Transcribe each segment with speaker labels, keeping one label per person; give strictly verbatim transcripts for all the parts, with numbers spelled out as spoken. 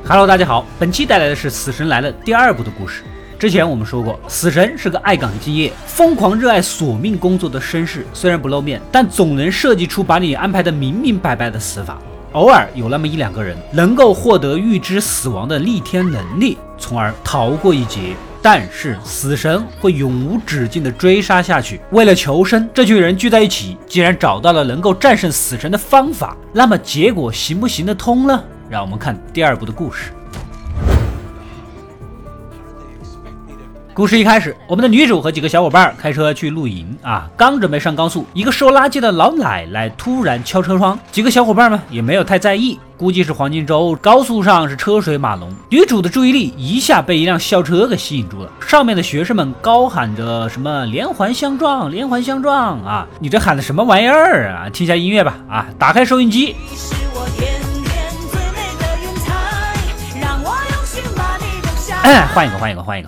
Speaker 1: Hello， 大家好，本期带来的是《死神来了》第二部的故事。之前我们说过，死神是个爱岗敬业、疯狂热爱索命工作的绅士，虽然不露面，但总能设计出把你安排的明明白白的死法。偶尔有那么一两个人能够获得预知死亡的逆天能力，从而逃过一劫。但是死神会永无止境地追杀下去。为了求生，这群人聚在一起，既然找到了能够战胜死神的方法，那么结果行不行得通呢？让我们看第二部的故事。故事一开始，我们的女主和几个小伙伴开车去露营啊，刚准备上高速，一个收垃圾的老奶奶突然敲车窗，几个小伙伴们也没有太在意，估计是黄金周，高速上是车水马龙。女主的注意力一下被一辆校车给吸引住了，上面的学生们高喊着什么连环相撞连环相撞啊，你这喊的什么玩意儿啊？听下音乐吧啊，打开收音机。哎，换一个换一个换一个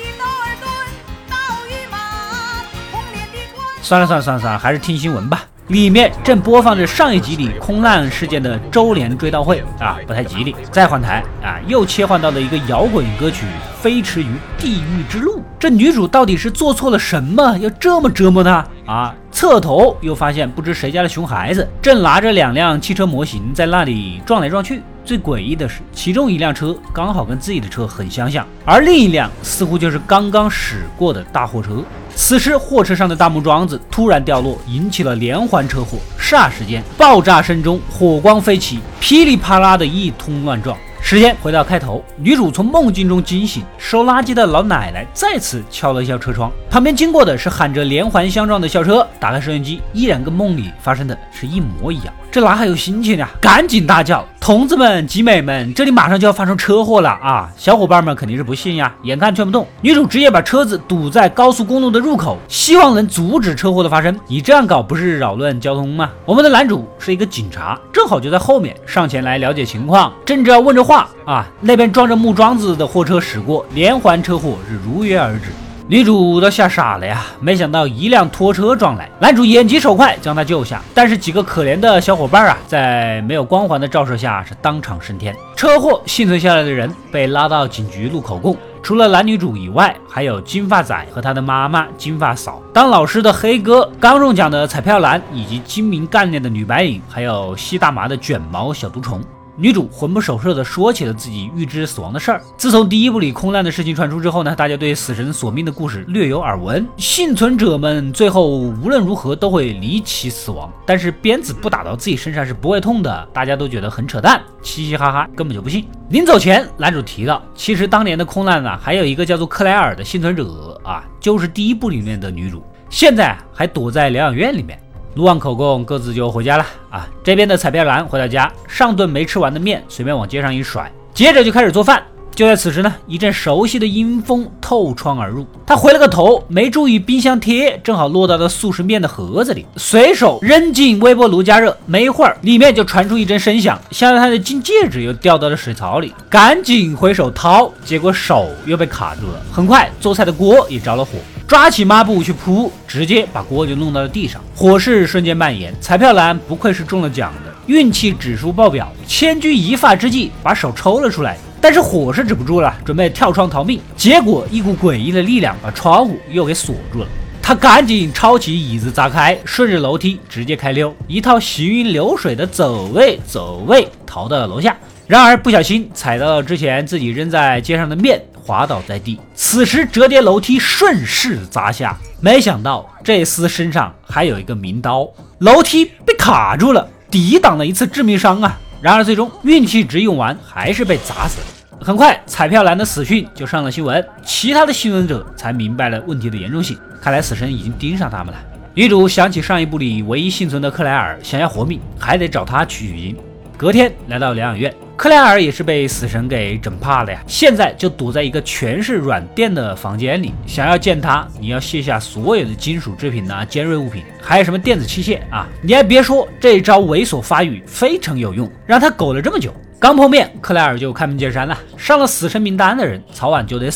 Speaker 1: 算了算了算了算了，还是听新闻吧。里面正播放着上一集里空难事件的周年追悼会啊，不太吉利。再换台啊，又切换到了一个摇滚歌曲《飞驰于地狱之路》。这女主到底是做错了什么，要这么折磨她啊？侧头又发现不知谁家的熊孩子正拿着两辆汽车模型在那里撞来撞去。最诡异的是，其中一辆车刚好跟自己的车很相像，而另一辆似乎就是刚刚驶过的大货车。此时货车上的大木桩子突然掉落，引起了连环车祸，霎时间爆炸声中火光飞起，噼里啪啦的一通乱撞。时间回到开头，女主从梦境中惊醒，收垃圾的老奶奶再次敲了一下车窗，旁边经过的是喊着连环相撞的校车。打开收音机，依然跟梦里发生的是一模一样，这哪还有心情啊？赶紧大叫，同志们集美们，这里马上就要发生车祸了啊！小伙伴们肯定是不信呀，眼看劝不动，女主直接把车子堵在高速公路的入口，希望能阻止车祸的发生。你这样搞不是扰乱交通吗？我们的男主是一个警察，正好就在后面，上前来了解情况，正要问着话啊，那边装着木桩子的货车驶过，连环车祸是如约而至。女主都吓傻了呀，没想到一辆拖车撞来，男主眼疾手快将她救下，但是几个可怜的小伙伴啊，在没有光环的照射下是当场升天。车祸幸存下来的人被拉到警局录口供，除了男女主以外，还有金发仔和他的妈妈金发嫂，当老师的黑哥，刚中奖的彩票男，以及精明干练的女白领，还有吸大麻的卷毛小毒虫。女主魂不守舍地说起了自己预知死亡的事儿。自从第一部里空难的事情传出之后呢，大家对死神索命的故事略有耳闻，幸存者们最后无论如何都会离奇死亡，但是鞭子不打到自己身上是不会痛的，大家都觉得很扯淡，嘻嘻哈哈，根本就不信。临走前，男主提到，其实当年的空难呢、啊，还有一个叫做克莱尔的幸存者啊，就是第一部里面的女主，现在还躲在疗养院里面。录完口供，各自就回家了啊。这边的彩票男回到家，上顿没吃完的面随便往街上一甩，接着就开始做饭。就在此时呢，一阵熟悉的阴风透窗而入，他回了个头，没注意冰箱贴正好落到了速食面的盒子里，随手扔进微波炉加热。没一会儿，里面就传出一阵声响，像他的金戒指又掉到了水槽里，赶紧回手掏，结果手又被卡住了。很快，做菜的锅也着了火。抓起抹布去扑，直接把锅就弄到了地上，火势瞬间蔓延。彩票男不愧是中了奖的，运气指数爆表，千钧一发之际把手抽了出来，但是火是止不住了，准备跳窗逃命，结果一股诡异的力量把窗户又给锁住了。他赶紧抄起椅子砸开，顺着楼梯直接开溜，一套行云流水的走位走位逃到了楼下。然而不小心踩到了之前自己扔在街上的面，滑倒在地，此时折叠楼梯顺势砸下，没想到这厮身上还有一个名刀，楼梯被卡住了，抵挡了一次致命伤啊！然而最终运气值用完，还是被砸死了。很快彩票男的死讯就上了新闻，其他的幸存者才明白了问题的严重性，看来死神已经盯上他们了。女主想起上一部里唯一幸存的克莱尔，想要活命还得找他取经。隔天来到疗养院，克莱尔也是被死神给整怕了呀，现在就躲在一个全是软垫的房间里，想要见他，你要卸下所有的金属制品啊、尖锐物品，还有什么电子器械啊。你还别说，这招猥琐发育非常有用，让他苟了这么久。刚碰面，克莱尔就开门见山了，上了死神名单的人早晚就得死。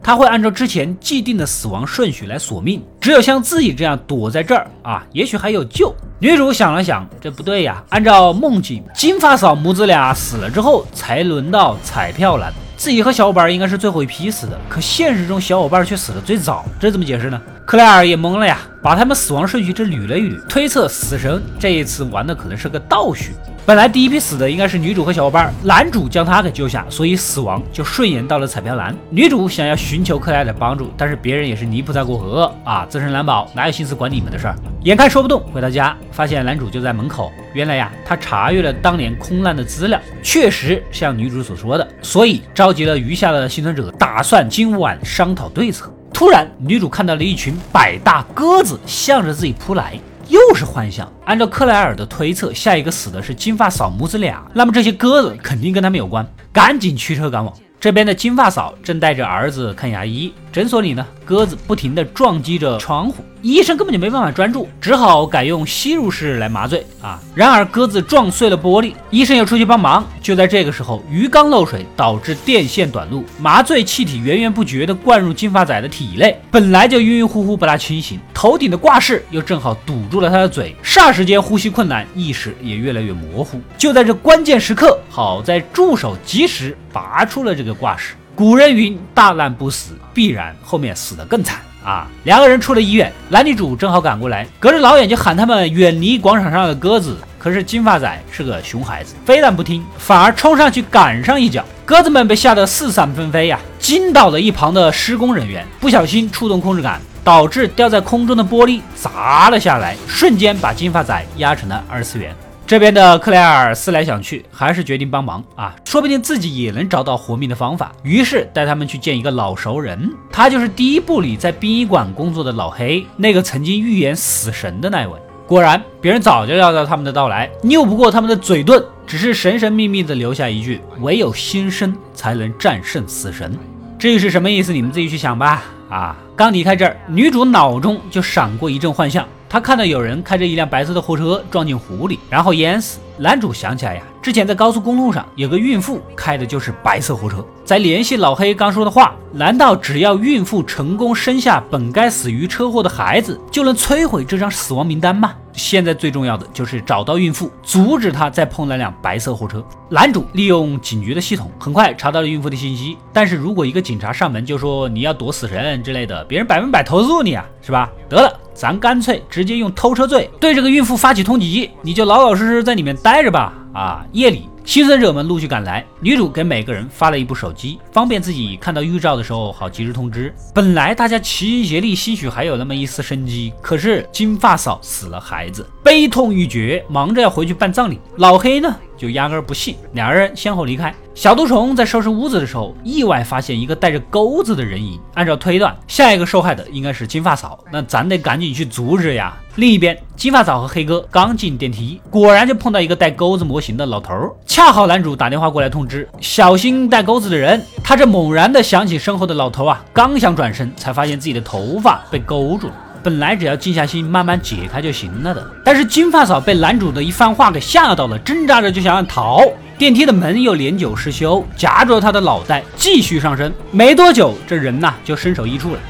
Speaker 1: 他会按照之前既定的死亡顺序来索命，只有像自己这样躲在这儿啊，也许还有救。女主想了想，这不对呀，按照梦境，金发嫂母子俩死了之后才轮到彩票男，自己和小伙伴应该是最后一批死的，可现实中小伙伴却死得最早，这怎么解释呢？克莱尔也懵了呀，把他们死亡顺序这捋了一捋，推测死神这一次玩的可能是个倒叙。本来第一批死的应该是女主和小伙伴，男主将她给救下，所以死亡就顺延到了彩票男。女主想要寻求克莱尔的帮助，但是别人也是泥菩萨过河啊，自身难保，哪有心思管你们的事儿？眼看说不动，回到家发现男主就在门口。原来呀，他查阅了当年空难的资料，确实像女主所说的，所以召集了余下的幸存者，打算今晚商讨对策。突然，女主看到了一群百大鸽子向着自己扑来。又是幻象。按照克莱尔的推测，下一个死的是金发嫂母子俩，那么这些鸽子肯定跟他们有关，赶紧驱车赶往。这边的金发嫂正带着儿子看牙医，诊所里呢，鸽子不停地撞击着窗户，医生根本就没办法专注，只好改用吸入式来麻醉啊。然而鸽子撞碎了玻璃，医生又出去帮忙。就在这个时候，鱼缸漏水导致电线短路，麻醉气体源源不绝地灌入金发仔的体内，本来就晕晕乎乎不大清醒，头顶的挂饰又正好堵住了他的嘴，霎时间呼吸困难，意识也越来越模糊。就在这关键时刻，好在助手及时拔出了这个挂饰。古人云：大难不死，必然后面死得更惨啊！两个人出了医院，男女主正好赶过来，隔着老远就喊他们远离广场上的鸽子。可是金发仔是个熊孩子，非但不听，反而冲上去赶上一脚，鸽子们被吓得四散纷飞呀，惊倒了一旁的施工人员，不小心触动控制杆，导致掉在空中的玻璃砸了下来，瞬间把金发仔压成了二次元。这边的克莱尔思来想去，还是决定帮忙啊，说不定自己也能找到活命的方法。于是带他们去见一个老熟人，他就是第一部里在殡仪馆工作的老黑，那个曾经预言死神的那位。果然，别人早就料到他们的到来，拗不过他们的嘴遁，只是神神秘秘的留下一句：唯有新生才能战胜死神。至于是什么意思，你们自己去想吧。啊，刚离开这儿，女主脑中就闪过一阵幻象，她看到有人开着一辆白色的货车撞进湖里，然后淹死。男主想起来呀，之前在高速公路上有个孕妇开的就是白色货车。再联系老黑刚说的话，难道只要孕妇成功生下本该死于车祸的孩子，就能摧毁这张死亡名单吗？现在最重要的就是找到孕妇，阻止她再碰那辆白色货车。男主利用警局的系统，很快查到了孕妇的信息。但是如果一个警察上门就说你要躲死神之类的，别人百分百投诉你啊，是吧？得了，咱干脆直接用偷车罪对这个孕妇发起通缉，你就老老实实在里面待着吧。啊，夜里幸存者们陆续赶来，女主给每个人发了一部手机，方便自己看到预兆的时候好及时通知。本来大家齐心协力，兴许还有那么一丝生机，可是金发嫂死了孩子，悲痛欲绝，忙着要回去办葬礼。老黑呢就压根不信，两人先后离开。小毒虫在收拾屋子的时候，意外发现一个带着钩子的人影，按照推断，下一个受害的应该是金发嫂，那咱得赶紧去阻止呀。另一边，金发嫂和黑哥刚进电梯，果然就碰到一个带钩子模型的老头，恰好男主打电话过来通知，小心带钩子的人。他这猛然的想起身后的老头啊，刚想转身，才发现自己的头发被勾住了。本来只要静下心慢慢解开就行了的，但是金发嫂被男主的一番话给吓到了，挣扎着就想要逃。电梯的门又年久失修，夹住他的脑袋，继续上升。没多久，这人呐、啊、就身首异处了。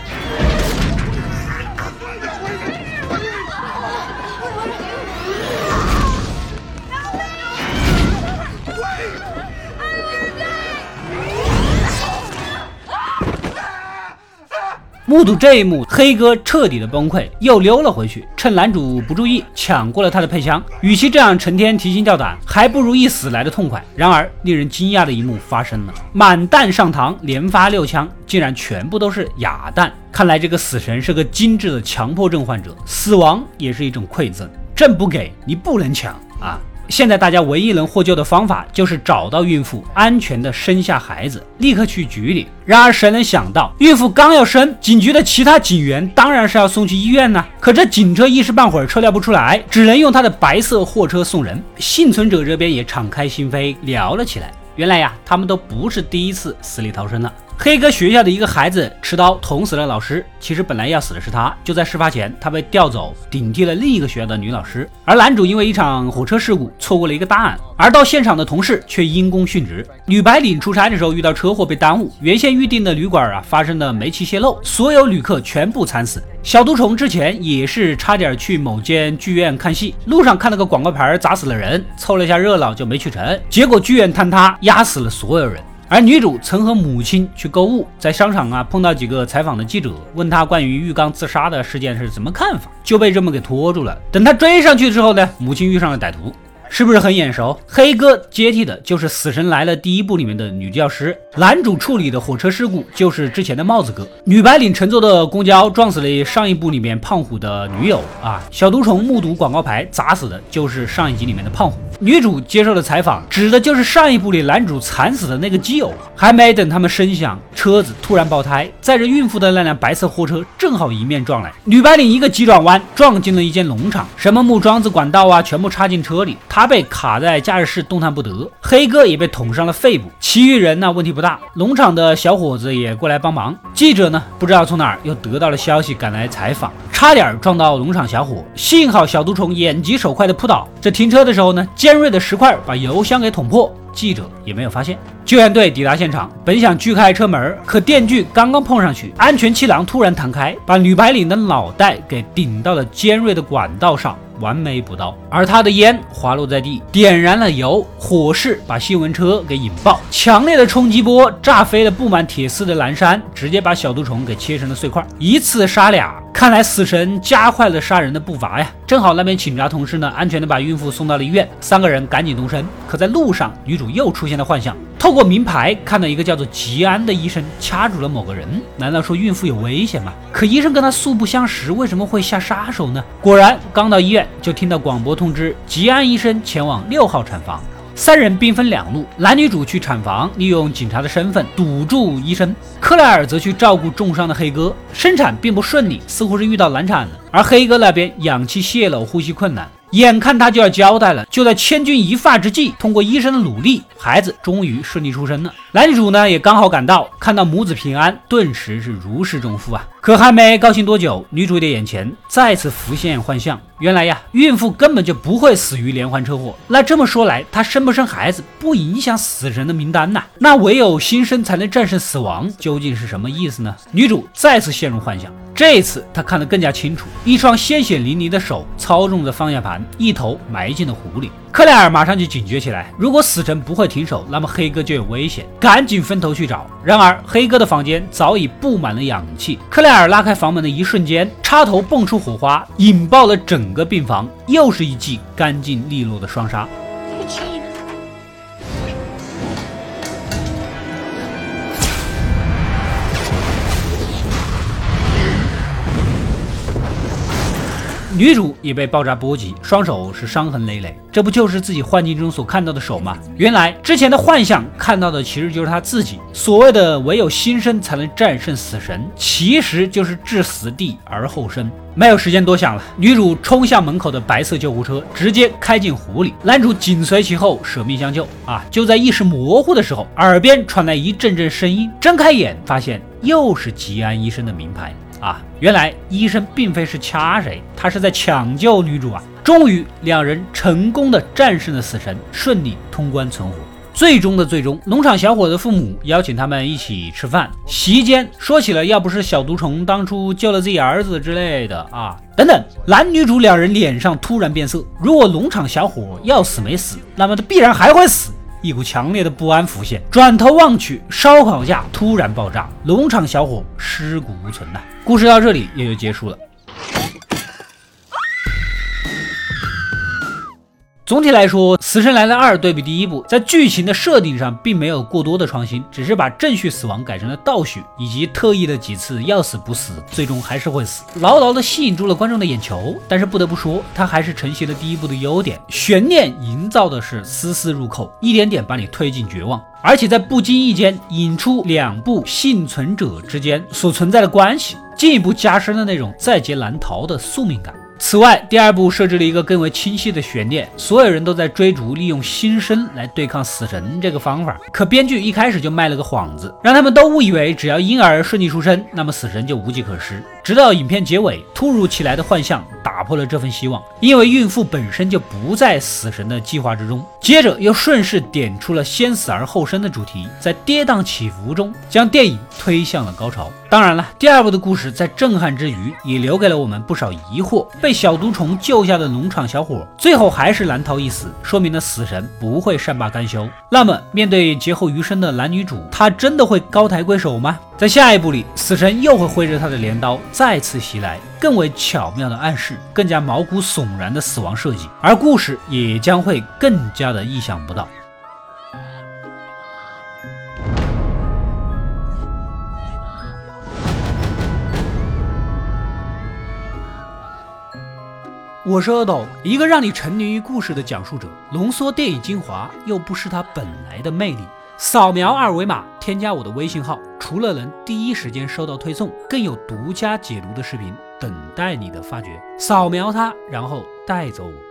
Speaker 1: 目睹这一幕，黑哥彻底的崩溃，又溜了回去，趁男主不注意抢过了他的配枪。与其这样成天提心吊胆，还不如一死来的痛快。然而令人惊讶的一幕发生了，满弹上膛，连发六枪，竟然全部都是哑弹。看来这个死神是个精致的强迫症患者，死亡也是一种馈赠，朕不给你不能抢啊！现在大家唯一能获救的方法就是找到孕妇，安全的生下孩子，立刻去局里。然而谁能想到，孕妇刚要生，警局的其他警员当然是要送去医院呢。可这警车一时半会儿车料不出来，只能用他的白色货车送人。幸存者这边也敞开心扉聊了起来。原来呀，他们都不是第一次死里逃生了。 黑哥学校的一个孩子持刀捅死了老师，其实本来要死的是他，就在事发前他被调走顶替了另一个学校的女老师。而男主因为一场火车事故错过了一个大案，而到现场的同事却因公殉职。女白领出差的时候遇到车祸被耽误，原先预定的旅馆啊发生了煤气泄漏，所有旅客全部惨死。小毒虫之前也是差点去某间剧院看戏，路上看了个广告牌砸死了人，凑了一下热闹就没去成，结果剧院坍塌压死了所有人。而女主曾和母亲去购物，在商场啊碰到几个采访的记者，问她关于浴缸自杀的事件是怎么看法，就被这么给拖住了。等她追上去之后呢，母亲遇上了歹徒。是不是很眼熟？黑哥接替的就是《死神来了》第一部里面的女教师，男主处理的火车事故就是之前的帽子哥，女白领乘坐的公交撞死了上一部里面胖虎的女友啊，小毒虫目睹广告牌砸死的就是上一集里面的胖虎。女主接受的采访指的就是上一部里男主惨死的那个基友。还没等他们声响，车子突然爆胎，载着孕妇的那辆白色货车正好迎面撞来，女白领一个急转弯撞进了一间农场，什么木桩子管道啊全部插进车里，他被卡在驾驶室动弹不得，黑哥也被捅伤了肺部，其余人呢问题不大，农场的小伙子也过来帮忙。记者呢不知道从哪儿又得到了消息，赶来采访，差点撞到农场小伙，幸好小毒虫眼疾手快的扑倒，这停车的时候呢，尖锐的石块把油箱给捅破，记者也没有发现。救援队抵达现场，本想锯开车门，可电锯刚刚碰上去，安全气囊突然弹开，把女白领的脑袋给顶到了尖锐的管道上，完美补刀。而她的烟滑落在地，点燃了油，火势把新闻车给引爆，强烈的冲击波炸飞了布满铁丝的栏山，直接把小毒虫给切成了碎块，一次杀俩。看来死神加快了杀人的步伐呀！正好那边警察同事呢，安全的把孕妇送到了医院，三个人赶紧动身。可在路上，女主又出现了幻象，透过名牌看到一个叫做吉安的医生掐住了某个人，难道说孕妇有危险吗？可医生跟他素不相识，为什么会下杀手呢？果然，刚到医院就听到广播通知，吉安医生前往六号产房。三人兵分两路，男女主去产房，利用警察的身份堵住医生，克莱尔则去照顾重伤的黑哥。生产并不顺利，似乎是遇到难产了，而黑哥那边氧气泄漏，呼吸困难，眼看他就要交代了，就在千钧一发之际，通过医生的努力，孩子终于顺利出生了。男女主呢也刚好赶到，看到母子平安，顿时是如释重负啊。可还没高兴多久，女主的眼前再次浮现幻象，原来呀，孕妇根本就不会死于连环车祸。那这么说来，她生不生孩子不影响死神的名单呐、啊？那唯有新生才能战胜死亡，究竟是什么意思呢？女主再次陷入幻想。这一次他看得更加清楚，一双鲜血淋漓的手操纵着方向盘，一头埋进了湖里。克莱尔马上就警觉起来，如果死神不会停手，那么黑哥就有危险，赶紧分头去找。然而黑哥的房间早已布满了氧气，克莱尔拉开房门的一瞬间，插头蹦出火花，引爆了整个病房，又是一记干净利落的双杀。女主也被爆炸波及，双手是伤痕累累，这不就是自己幻境中所看到的手吗？原来之前的幻象看到的其实就是她自己。所谓的唯有新生才能战胜死神，其实就是置死地而后生。没有时间多想了，女主冲向门口的白色救护车，直接开进湖里，男主紧随其后，舍命相救啊！就在意识模糊的时候，耳边传来一阵阵声音，睁开眼发现又是吉安医生的名牌啊！原来医生并非是掐谁，他是在抢救女主啊！终于，两人成功的战胜了死神，顺利通关存活。最终的最终，农场小伙的父母邀请他们一起吃饭，席间说起了要不是小毒虫当初救了自己儿子之类的啊，等等。男女主两人脸上突然变色，如果农场小伙要死没死，那么他必然还会死。一股强烈的不安浮现，转头望去，烧烤架突然爆炸，农场小伙尸骨无存呐、啊。故事到这里也就结束了。总体来说，《死神来了二》对比第一部，在剧情的设定上并没有过多的创新，只是把正序死亡改成了倒序，以及特意的几次要死不死，最终还是会死，牢牢的吸引住了观众的眼球。但是不得不说，它还是承袭了第一部的优点，悬念营造的是丝丝入扣，一点点把你推进绝望，而且在不经意间引出两部幸存者之间所存在的关系，进一步加深了那种在劫难逃的宿命感。 此外，第二部设置了一个更为清晰的悬念，所有人都在追逐利用新生来对抗死神这个方法，可编剧一开始就卖了个幌子，让他们都误以为只要婴儿顺利出生，那么死神就无计可施。直到影片结尾，突如其来的幻象打破了这份希望，因为孕妇本身就不在死神的计划之中。接着又顺势点出了先死而后生的主题，在跌宕起伏中将电影推向了高潮。当然了，第二部的故事在震撼之余，也留给了我们不少疑惑。被小毒虫救下的农场小伙，最后还是难逃一死，说明了死神不会善罢甘休。那么，面对劫后余生的男女主，他真的会高抬贵手吗？在下一部里，死神又会挥着他的镰刀再次袭来，更为巧妙的暗示，更加毛骨悚然的死亡设计，而故事也将会更加的意想不到。我是阿斗，一个让你沉迷于故事的讲述者，浓缩电影精华，又不失它本来的魅力。扫描二维码，添加我的微信号，除了能第一时间收到推送，更有独家解读的视频等待你的发掘。扫描它，然后带走我。